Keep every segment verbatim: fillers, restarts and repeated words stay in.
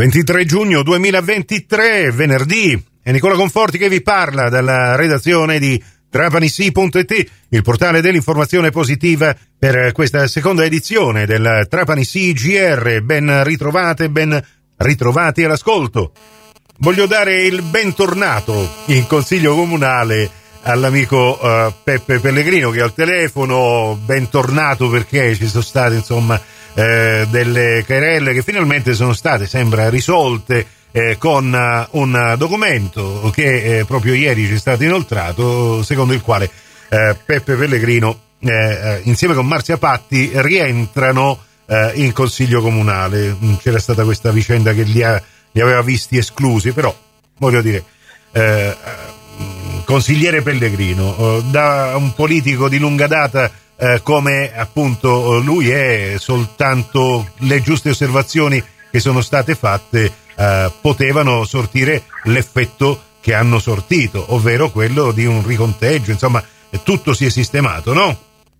ventitré giugno duemilaventitré, venerdì, è Nicola Conforti che vi parla dalla redazione di Trapanisi punto it, il portale dell'informazione positiva, per questa seconda edizione del Trapanisi G R. Ben ritrovate, ben ritrovati all'ascolto. Voglio dare il bentornato in consiglio comunale all'amico uh, Peppe Pellegrino, che è al telefono. Bentornato, perché ci sono state insomma eh, delle querelle che finalmente sono state, sembra, risolte eh, con uh, un documento che eh, proprio ieri ci è stato inoltrato, secondo il quale eh, Peppe Pellegrino eh, insieme con Marzia Patti rientrano eh, in consiglio comunale. C'era stata questa vicenda che li, ha, li aveva visti esclusi, però voglio dire eh, consigliere Pellegrino, da un politico di lunga data eh, come appunto lui è, soltanto le giuste osservazioni che sono state fatte eh, potevano sortire l'effetto che hanno sortito, ovvero quello di un riconteggio. Insomma, tutto si è sistemato, no?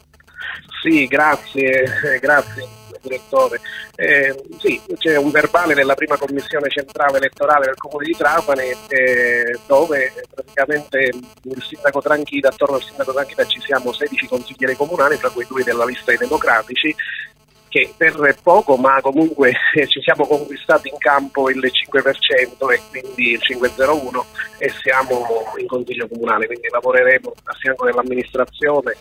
Sì, grazie, grazie direttore. Eh, sì, c'è un verbale della prima commissione centrale elettorale del comune di Trapani eh, dove praticamente il sindaco Tranchida, attorno al sindaco Tranchida ci siamo sedici consiglieri comunali, tra cui due della lista dei democratici, che per poco ma comunque eh, ci siamo conquistati in campo il cinque per cento e quindi il cinquecentouno e siamo in consiglio comunale, quindi lavoreremo a fianco dell'amministrazione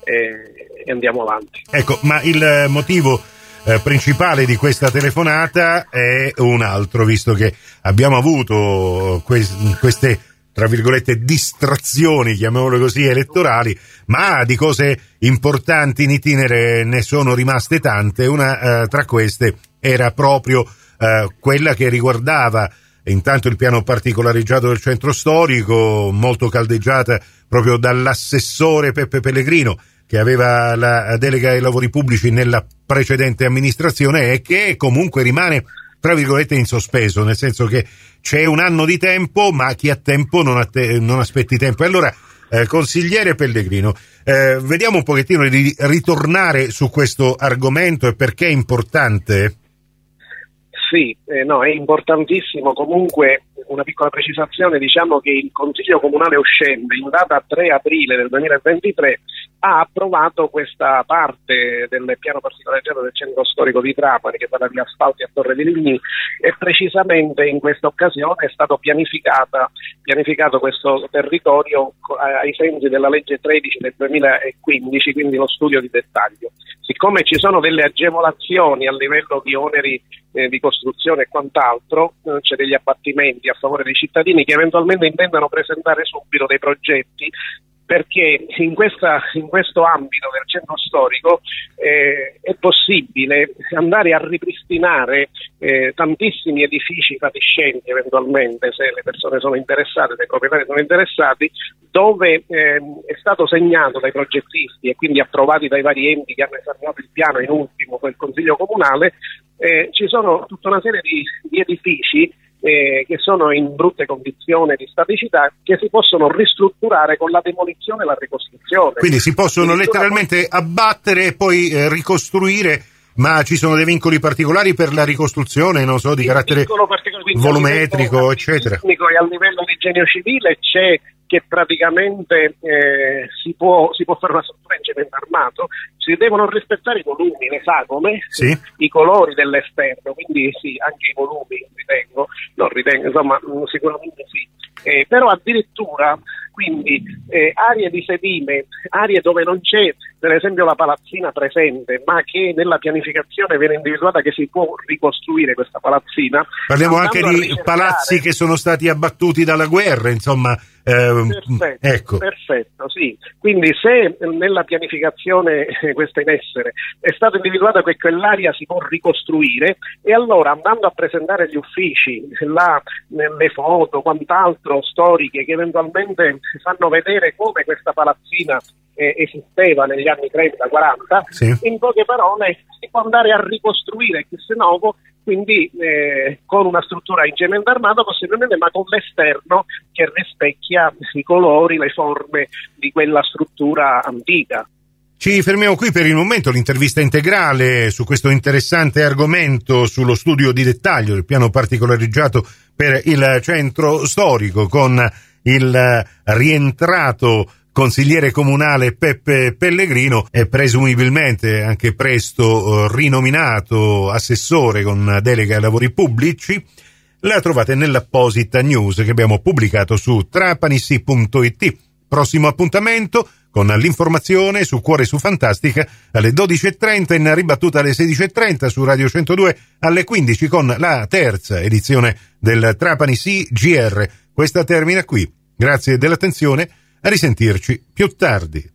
e, e andiamo avanti. Ecco, ma il motivo Eh, principale di questa telefonata è un altro, visto che abbiamo avuto que- queste, tra virgolette, distrazioni, chiamiamole così, elettorali, ma di cose importanti in itinere ne sono rimaste tante. Una eh, tra queste era proprio eh, quella che riguardava intanto il piano particolareggiato del centro storico, molto caldeggiata proprio dall'assessore Peppe Pellegrino, che aveva la delega ai lavori pubblici nella precedente amministrazione e che comunque rimane, tra virgolette, in sospeso, nel senso che c'è un anno di tempo, ma chi ha tempo non, atte- non aspetti tempo. E allora, eh, consigliere Pellegrino, eh, vediamo un pochettino di ritornare su questo argomento e perché è importante. Sì, eh, no, è importantissimo. Comunque, una piccola precisazione, diciamo che il Consiglio Comunale uscente in data tre aprile del duemilaventitré ha approvato questa parte del piano particolareggiato del centro storico di Trapani, che parla di asfalti a Torre di Ligny, e precisamente in questa occasione è stato pianificata, pianificato questo territorio ai sensi della legge tredici del duemilaquindici, quindi lo studio di dettaglio. Siccome ci sono delle agevolazioni a livello di oneri eh, di costruzione e quant'altro, eh, c'è degli abbattimenti a favore dei cittadini che eventualmente intendano presentare subito dei progetti, perché in, questa, in questo ambito del centro storico eh, è possibile andare a ripristinare eh, tantissimi edifici fatiscenti, eventualmente, se le persone sono interessate, se i proprietari sono interessati, dove eh, è stato segnato dai progettisti e quindi approvati dai vari enti che hanno esaminato il piano, in ultimo quel Consiglio Comunale. Eh, ci sono tutta una serie di, di edifici Eh, che sono in brutte condizioni di staticità, che si possono ristrutturare con la demolizione e la ricostruzione. Quindi si possono quindi letteralmente poi abbattere e poi eh, ricostruire, ma ci sono dei vincoli particolari per la ricostruzione, non so, di carattere volumetrico, eccetera. E a livello di genio civile c'è che praticamente eh, si può si può fare una struttura in cemento armato, si devono rispettare i volumi, le sagome, sì, i colori dell'esterno, quindi sì, anche i volumi ritengo, non ritengo, insomma sicuramente sì, eh, però addirittura quindi eh, aree di sedime, aree dove non c'è per esempio la palazzina presente, ma che nella pianificazione viene individuata che si può ricostruire questa palazzina. Parliamo anche di ricercare palazzi che sono stati abbattuti dalla guerra, insomma. Eh, perfetto, ecco. perfetto, sì. Quindi se nella pianificazione eh, questa in essere è stata individuata che quell'area si può ricostruire, e allora andando a presentare agli uffici là, le foto, quant'altro storiche che eventualmente fanno vedere come questa palazzina eh, esisteva negli anni trenta quaranta, sì, in poche parole si può andare a ricostruire Castelnuovo, quindi eh, con una struttura in cemento armato possibilmente, ma con l'esterno che rispecchia i colori, le forme di quella struttura antica. Ci fermiamo qui per il momento. L'intervista integrale su questo interessante argomento, sullo studio di dettaglio del piano particolareggiato per il centro storico, con il rientrato consigliere comunale Peppe Pellegrino e presumibilmente anche presto rinominato assessore con delega ai lavori pubblici, la trovate nell'apposita news che abbiamo pubblicato su trapanissi punto it. Prossimo appuntamento con l'informazione su Cuore su Fantastica alle dodici e trenta, in ribattuta alle sedici e trenta su Radio centodue alle quindici con la terza edizione del Trapani Sì G R. Questa termina qui. Grazie dell'attenzione, a risentirci più tardi.